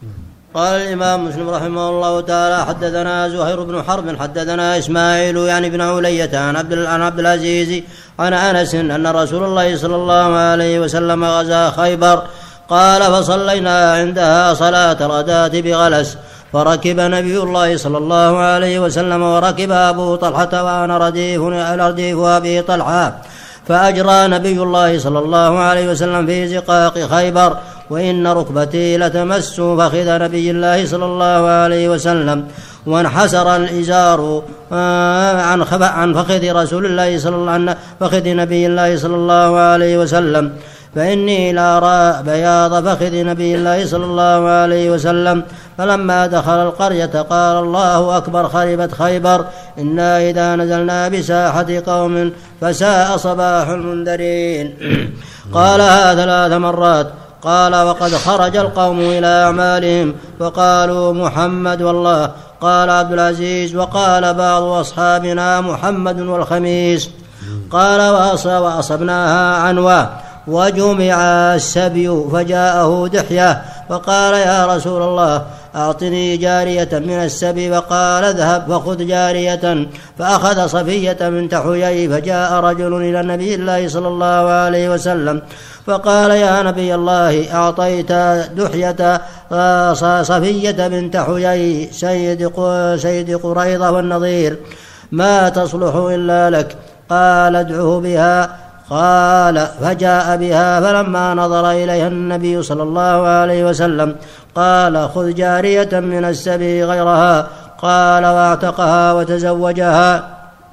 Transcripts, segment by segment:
قال الإمام مسلم رحمه الله تعالى: حدثنا زهير بن حرب حدثنا إسماعيل يعني بن علية عن عبد العزيز عن أنس أن رسول الله صلى الله عليه وسلم غزا خيبر. قال: فصلينا عندها صلاة الغداة بغلس، فركب نبي الله صلى الله عليه وسلم وركب أبو طلحة وأنا رديف أبي طلحة، فأجرى نبي الله صلى الله عليه وسلم في زقاق خيبر، وإن ركبتي لتمس فخذ نبي الله صلى الله عليه وسلم، وانحسر الإزار عن فخذ رسول الله فخذ نبي الله صلى الله عليه وسلم، فإني لأرى بياض فخذ نبي الله صلى الله عليه وسلم. فلما دخل القرية قال: الله أكبر، خربت خيبر، إنا إذا نزلنا بساحة قوم فساء صباح المنذرين. قالها 3 مرات. قال: وقد خرج القوم إلى أعمالهم فقالوا: محمد والله. قال عبد العزيز: وقال بعض أصحابنا: محمد والخميس. قال: وأصبناها عنوة، وجمع السبي، فجاءه دحية فقال: يا رسول الله، أعطني جارية من السبي. فقال: اذهب فخذ جارية. فأخذ صفية بنت حيي. فجاء رجل إلى النبي الله صلى الله عليه وسلم فقال: يا نبي الله، أعطيت دحية صفية بنت حيي سيد قريظة والنظير، ما تصلح إلا لك. قال: ادعه بها. قال: فجاء بها، فلما نظر إليها النبي صلى الله عليه وسلم قال: خذ جارية من السبي غيرها. قال: واعتقها وتزوجها.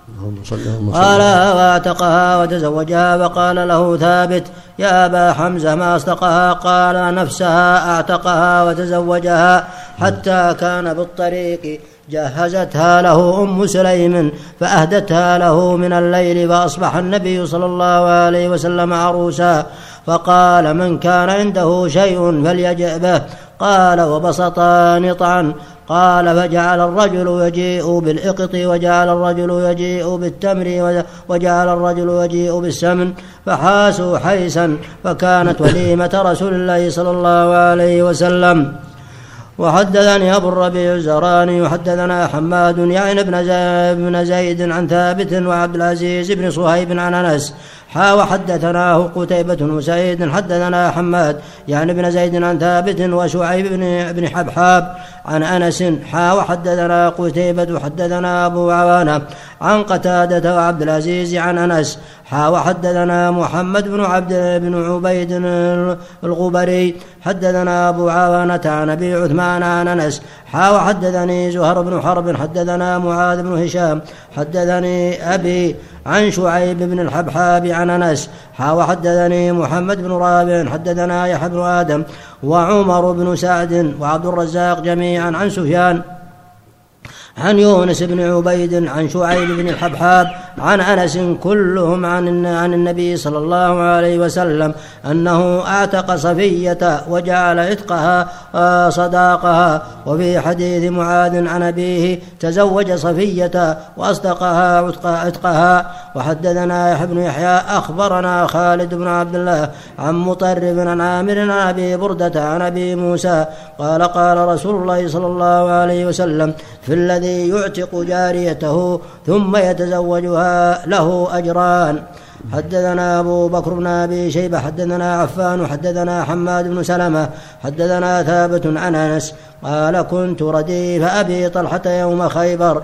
فقال له ثابت: يا أبا حمزة، ما أصدقها؟ قال: نفسها أعتقها وتزوجها، حتى كان بالطريق جهزتها له أم سليم فأهدتها له من الليل، فأصبح النبي صلى الله عليه وسلم عروسا. فقال: من كان عنده شيء فليجئ به. قال: وبسط نطعا. قال: فجعل الرجل يجيء بالإقط، وجعل الرجل يجيء بالتمر، وجعل الرجل يجيء بالسمن، فحاسوا حيسا، فكانت وليمة رسول الله صلى الله عليه وسلم. وحدثني أبو الربيع الزهراني وحدثنا حماد يعني بن زيد عن ثابت وعبد العزيز بن صهيب عن أنس وحدثناه قتيبة بن سعيد حدثنا حماد يعني بن زيد عن ثابت وشعيب بن حبحاب عن أنس وحدثنا قتيبة حدثنا أبو عوانة عن قتادة وعبد العزيز عن أنس وحدثنا محمد بن عبيد الغبري حدثنا أبو عوانة عن أبي عثمان عن أنس وحدثني زهر بن حرب حدثنا معاذ بن هشام حدثني أبي عن شعيب بن الحبحاب عن أنس وحدثني محمد بن رابع حدثنا يحيى بن آدم وعمر بن سعد وعبد الرزاق جميعا عن سفيان عن يونس بن عبيد عن شعيب بن الحبحاب عن أنس كلهم عن النبي صلى الله عليه وسلم أنه أعتق صفية وجعل عتقها صداقها. وفي حديث معاذ عن أبيه تزوج صفية وأصدقها عتقها. وحدثنا يحيى بن يحيى أخبرنا خالد بن عبد الله عن مطرب عن عامر عن أبي بردة عن أبي موسى قال قال رسول الله صلى الله عليه وسلم في الذي يعتق جاريته ثم يتزوجها له أجران. حدثنا أبو بكر بن أبي شيبة حدثنا عفان حدثنا حماد بن سلمة حدثنا ثابت عن أنس قال كنت رديف أبي طلحة يوم خيبر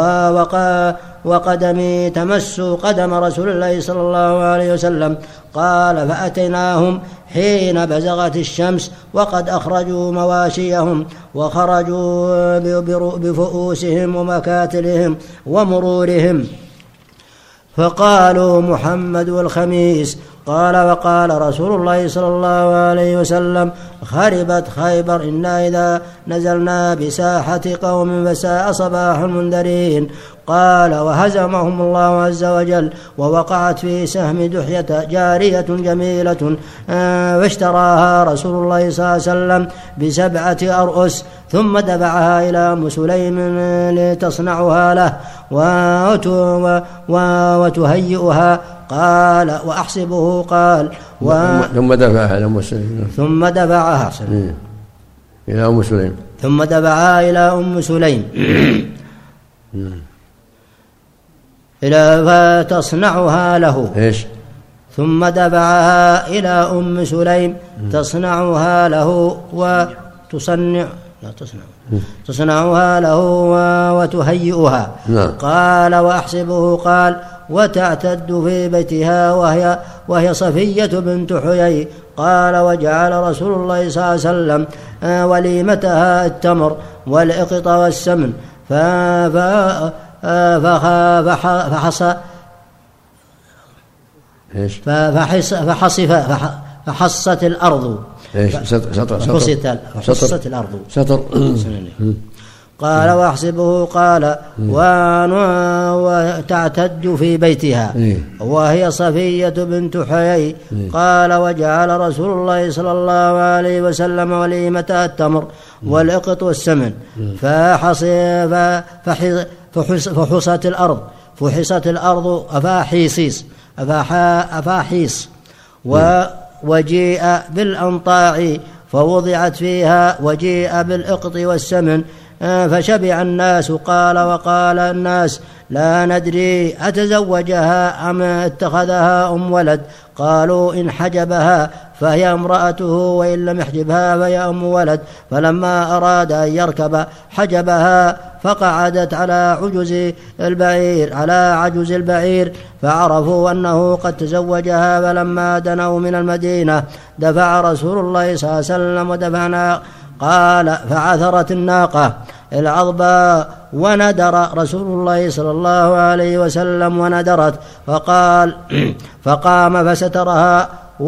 وقدمي تمس قدم رسول الله صلى الله عليه وسلم. قال فأتيناهم حين بزغت الشمس وقد أخرجوا مواشيهم وخرجوا بفؤوسهم ومكاتلهم ومرورهم فقالوا محمد والخميس. قال وقال رسول الله صلى الله عليه وسلم خربت خيبر إنا إذا نزلنا بساحة قوم فساء صباح المنذرين. قال وهزمهم الله عز وجل ووقعت في سهم دحية جارية جميلة فاشتراها رسول الله صلى الله عليه وسلم ب7 أرؤس ثم دفعها إلى أم سليم لتصنعها له وتهيئها. قال وأحسبه قال ثم دفعها إلى أم سليم ثم دفعها إلى أم سليم. ثم دفعها إلى أم سليم فتصنعها له. إيش؟ ثم دفعها إلى أم سليم تصنعها له تصنعها له وتهيئها. قال وأحسبه قال وتعتد في بيتها وهي صفية بنت حيي. قال وجعل رسول الله صلى الله عليه وسلم وليمتها التمر والإقط والسمن فحصت الأرض. فحصت الأرض. قال واحسبه قال وتعتد في بيتها وهي صفية بنت حيي. قال وجعل رسول الله صلى الله عليه وسلم وليمتها التمر والإقط والسمن فحصت الأرض أفاحيص وجيء بالأنطاع فوضعت فيها وجيء بالإقط والسمن فشبع الناس. وقال الناس لا ندري أتزوجها أم اتخذها أم ولد. قالوا إن حجبها فهي امرأته وإن لم يحجبها فهي أم ولد. فلما أراد أن يركب حجبها فقعدت على عجز البعير فعرفوا أنه قد تزوجها. فلما دنوا من المدينة دفع رسول الله صلى الله عليه وسلم ودفعنا. قال فعثرت الناقة العظباء وندر رسول الله صلى الله عليه وسلم وندرت فقام فسترها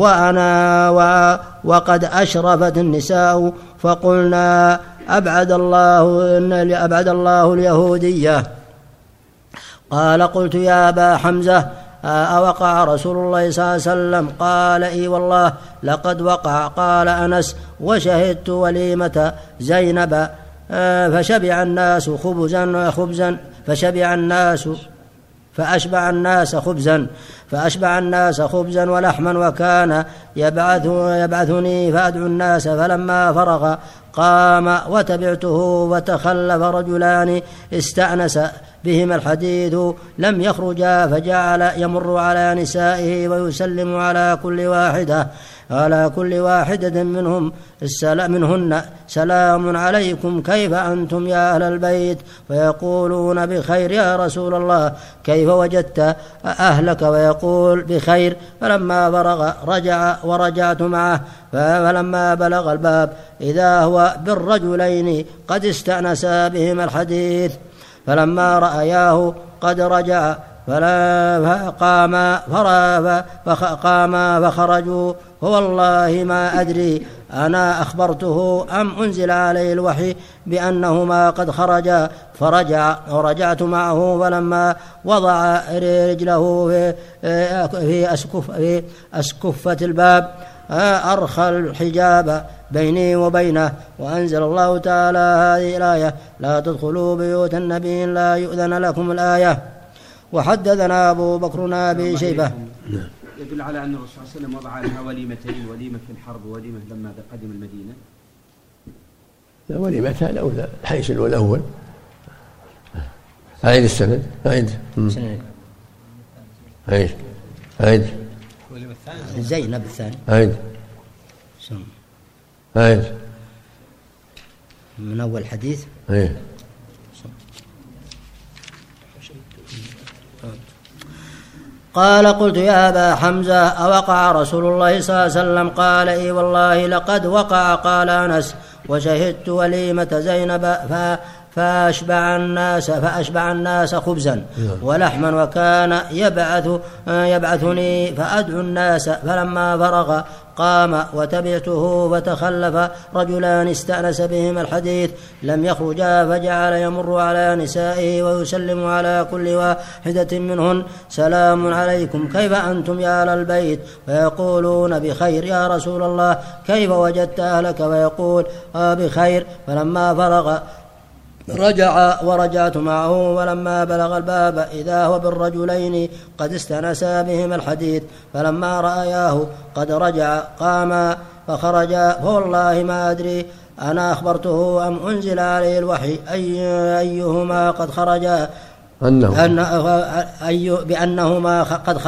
وقد أشرفت النساء فقلنا أبعد الله اليهودية. قال قلت يا أبا حمزة أوقع رسول الله صلى الله عليه وسلم؟ قال إي والله لقد وقع. قال أنس وشهدت وليمة زينب فشبع الناس فأشبع الناس خبزا ولحما وكان يبعثني فأدعو الناس. فلما فرغ قام وتبعته وتخلف رجلان استأنس بهما الحديث لم يخرجا فجعل يمر على نسائه ويسلم على كل واحدة منهن سلام عليكم كيف أنتم يا أهل البيت؟ فيقولون بخير يا رسول الله كيف وجدت أهلك؟ ويقول بخير. فلما فرغ ورجعت معه فلما بلغ الباب إذا هو بالرجلين قد استأنسا بهما الحديث. فلما رأياه قد رجع قاما فخرجوا. فوالله ما أدري أنا أخبرته أم أنزل عليه الوحي بأنهما قد خرجا. ورجعت معه. فلما وضع رجله في أسكفة الباب أرخى الحجاب بيني وبينه. وأنزل الله تعالى هذه الآية لا تدخلوا بيوت النبي لا يؤذن لكم الآية. وحدثنا أبو بكر أبي شيبة. يدل على أن الرسول صلى الله عليه وسلم وضع لها وليمتين، وليمة في الحرب ووليمة لما قدم المدينة. لا وليمتها الأولى الحيث الأول. أعيد السند. أعيد زينب الثاني. أعيد من أول حديث. قال قلت يا أبا حمزة أوقع رسول الله صلى الله عليه وسلم؟ قال إي والله لقد وقع. قال أنس وشهدت وليمة زينب فأشبع الناس خبزا ولحما وكان يبعثني فأدعو الناس. فلما فرغ قام وتبعته فتخلف رجلان استأنس بهما الحديث لم يخرجا فجعل يمر على نسائه ويسلم على كل واحدة منهن سلام عليكم كيف أنتم يا أهل البيت؟ ويقولون بخير يا رسول الله كيف وجدت أهلك؟ ويقول بخير. فلما فرغ ورجعت معه. ولما بلغ الباب إذا هو بالرجلين قد استأنسا بهما الحديث. فلما رأياه قد رجع قام فخرجا. فوالله ما أدري أنا أخبرته أم أنزل عليه الوحي أيهما قد خرجا بأنهما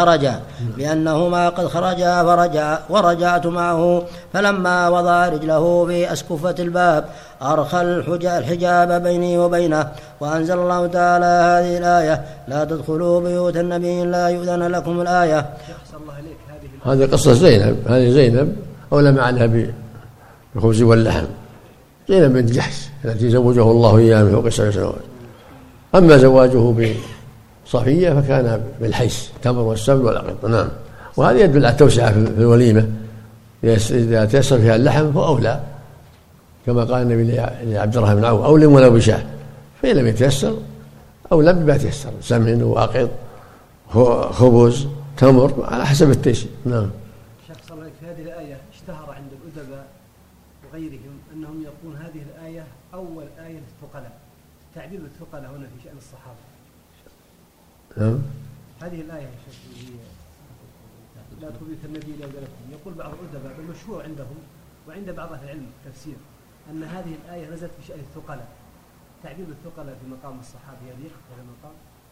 قد خرجا ورجعت معه، فلما وضع رجله في أسكفة الباب أرخى الحجاب بيني وبينه، وأنزل الله تعالى هذه الآية: لا تدخلوا بيوت النبي لا يؤذن لكم. الآية. هذه قصة زينب، هذه زينب أولم عنها بالخبز واللحم، زينب بنت جحش التي زوجه الله إياها من فوق 7 سنوات. أما زواجه بصفية فكان بالحيس، التمر والسمن والعقد. نعم. وهذا يدل على التوسعة في الوليمة، إذا تيسر فيها اللحم فأولى، كما قال النبي لعبد الرحمن بن عوف: أولم ولو بشاه. فإن لم يتيسر أولى بما تيسر، سمن وعقد خبز تمر على حسب التيسير. نعم. شيخ صلى الله عليه وسلم، في هذه الآية اشتهر عند الأدباء وغيرهم أنهم يقولون هذه الآية أول آية للثقلاء، تعبير الثقلاء هنا في شأن الصحابة. نعم. هذه الآية يا شيخ لا تدخلوا بيوت النبي لا يؤذن لكم، يقول بعض الأدباء بالمشهور عندهم وعند بعض أهل العلم التفسير أن هذه الآية نزلت في شأن الثقلاء، تعبير الثقلاء في مقام الصحابة يليق هذا المقام.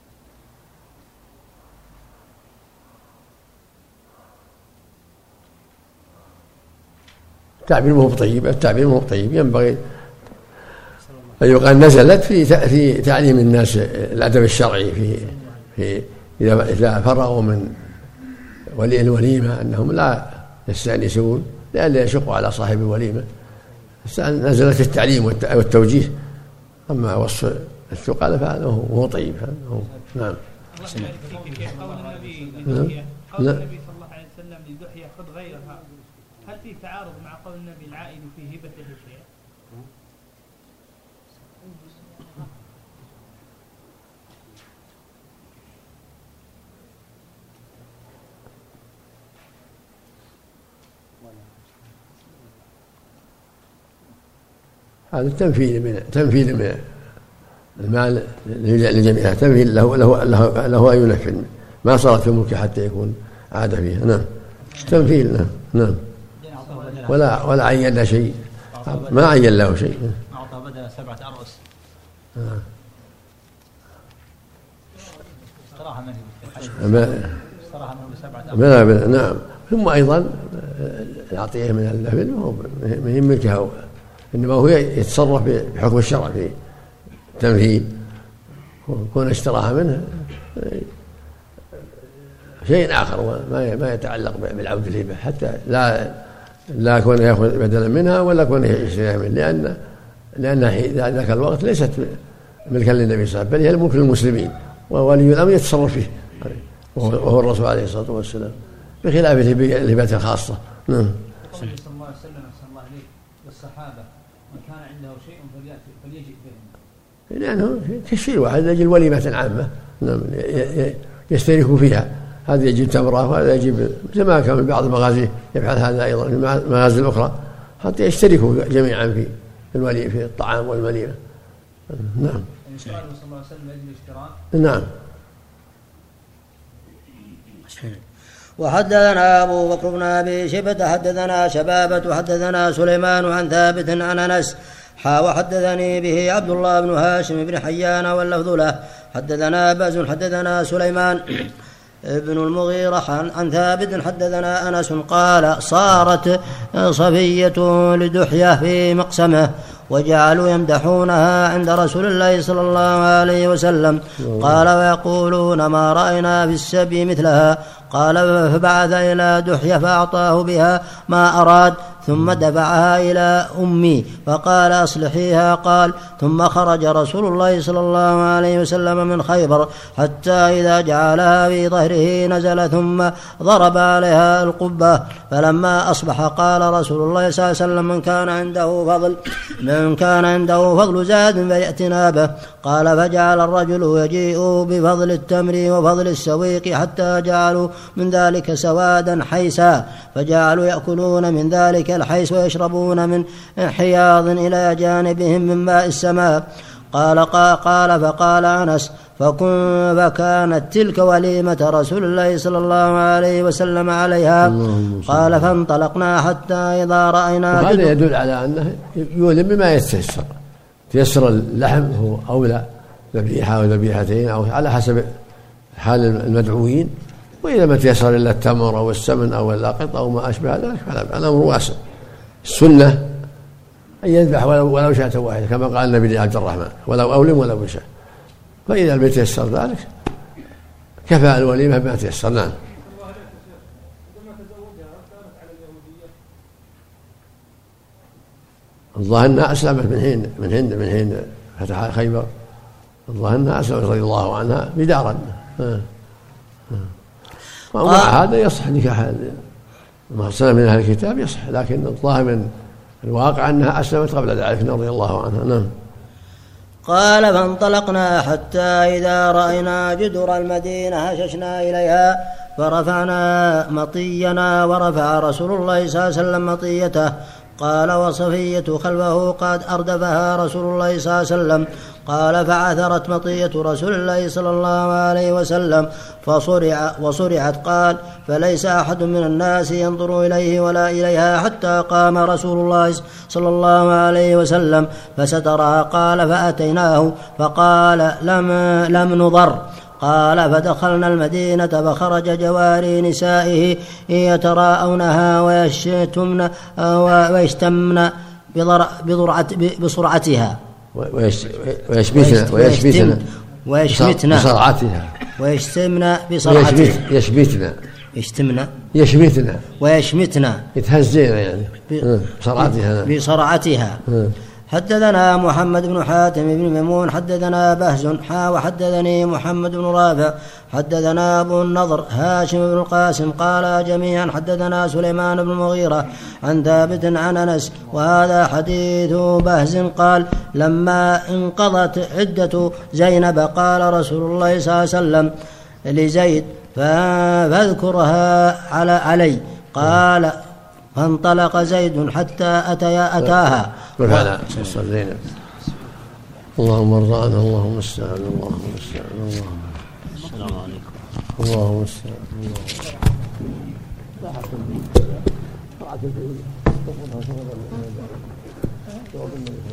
التعبير مو طيب، ينبغي أن يقال نزلت في تعليم الناس الأدب الشرعي في إذا فرغوا من الوليمة أنهم لا يستأنسون لئلا يشقوا على صاحب الوليمة. نزلت التعليم والتوجيه. أما وصف الثقل فهذا هو طيب. نعم. قول النبي صلى الله عليه وسلم لدحية خذ غيرها، هل في تعارض مع قول النبي العائد في هبته شيء؟ هذا تنفيذ من المال لجميعها، تنفيذ له أن ينفذ، ما صارت في الملك حتى يكون عاد فيها. نعم. تنفيذ. نعم. ولا عين له شيء، ما عين له شيء. أعطى بدل 7 أرؤس. اشتراها منه ب7 أرؤس. نعم. ثم أيضا العطية من اللفل من ملكها، إنما هو يتصرف بحكم الشرع في تنفيذ. كون اشتراها منه شيء آخر ما يتعلق بالعود الهبة، حتى لا كون يأخذ بدلا منها ولا كون يشتريها منه، لأنها ذاك الوقت ليست ملكا للنبي صلى الله عليه وسلم، بل هي ملك للمسلمين، وولي الأمر يتصرف فيه وهو الرسول عليه الصلاة والسلام، بخلاف الهبات الخاصة. نعم. صلى الله عليه وسلم أحسن الله عليه والصحابة من كان عنده شيء فليجئ به، لأنه تشفير واحد لأجل وليمة عامة. نعم. يشتركوا فيها، هذا يجيب تمرة وهذا يجيب، زي ما كان من بعض المغازي يفعل هذا أيضا في المغازي الأخرى، حتى يشتركوا جميعا في الطعام والوليمة. نعم. صلى الله عليه وسلم يجب الاشتراك. نعم. وحدثنا أبو بكر بن أبي شيبة حدثنا شبابة حدثنا سليمان عن ثابت عن أنس وحدثني به عبد الله بن هاشم بن حيان واللفظ له. حدثنا باز حدثنا سليمان ابن المغيرة عن ثابت حدثنا أنس قال: صارت صفية لدحية في مقسمه وجعلوا يمدحونها عند رسول الله صلى الله عليه وسلم. قال: ويقولون ما رأينا في السبي مثلها. قال: فبعث إلى دحية فأعطاه بها ما أراد، ثم دفعها إلى أمي فقال: أصلحيها. قال: ثم خرج رسول الله صلى الله عليه وسلم من خيبر حتى إذا جعلها في ظهره نزل ثم ضرب عليها القبة. فلما أصبح قال رسول الله صلى الله عليه وسلم: من كان عنده فضل زاد فيأتنا به. قال: فجعل الرجل يجيء بفضل التمر وفضل السويق حتى جعلوا من ذلك سوادا حيسا، فجعلوا يأكلون من ذلك الحيس ويشربون من حياض إلى جانبهم من ماء السماء. قال فقال أنس: فكانت تلك وليمة رسول الله صلى الله عليه وسلم عليها. قال فانطلقنا حتى إذا رأينا هذا يدل على أنه يولم بما يتيسر. تيسر اللحم هو أولى، ذبيحة أو ذبيحتين أو على حسب حال المدعوين، وإذا ما تيسر إلا التمر أو السمن أو اللاقط أو ما أشبه ذلك فالأمر واسع. السنة أن يذبح ولو شاة واحدة كما قال النبي لعبد الرحمن، ولو أولم ولو بشاة، فإذا لم يتيسر ذلك كفى الوليمة بما تيسر. نعم. الظاهر أنها أسلمت من حين فتح خيبر، الظاهر أنها أسلمت رضي الله عنها بدارا. ومع هذا يصح نكاح ما سلم من أهل الكتاب يصح، لكن الظاهر من الواقع أنها أسلمت قبل ذلك رضي الله عنها. نعم. قال فانطلقنا حتى إذا رأينا جدر المدينة هششنا إليها فرفعنا مطينا ورفع رسول الله صلى الله عليه وسلم مطيته. قال وصفية خلفه قد أردفها رسول الله صلى الله عليه وسلم. قال فعثرت مطية رسول الله صلى الله عليه وسلم وصرعت. قال فليس أحد من الناس ينظر إليه ولا إليها حتى قام رسول الله صلى الله عليه وسلم فسترها. قال فأتيناه فقال لم نضر. قال فدخلنا المدينة فخرج جواري نسائه يتراءونها ويشتمن بسرعتها ويشمتن يتهزين يعني بسرعتها. حدثنا محمد بن حاتم بن ميمون حدثنا بهز وحدثني محمد بن رافع حدثنا أبو النضر هاشم بن القاسم قال جميعا حدثنا سليمان بن المغيرة عن ثابت عن أنس. وهذا حديث بهز قال لما انقضت عدة زينب قال رسول الله صلى الله عليه وسلم لزيد فاذكرها علي. قال فانطلق زيد حتى أتاها. زينب اللهم ارض عنها اللهم استعان اللهم استعان السلام عليكم اللهم استعان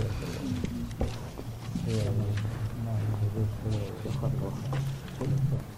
الله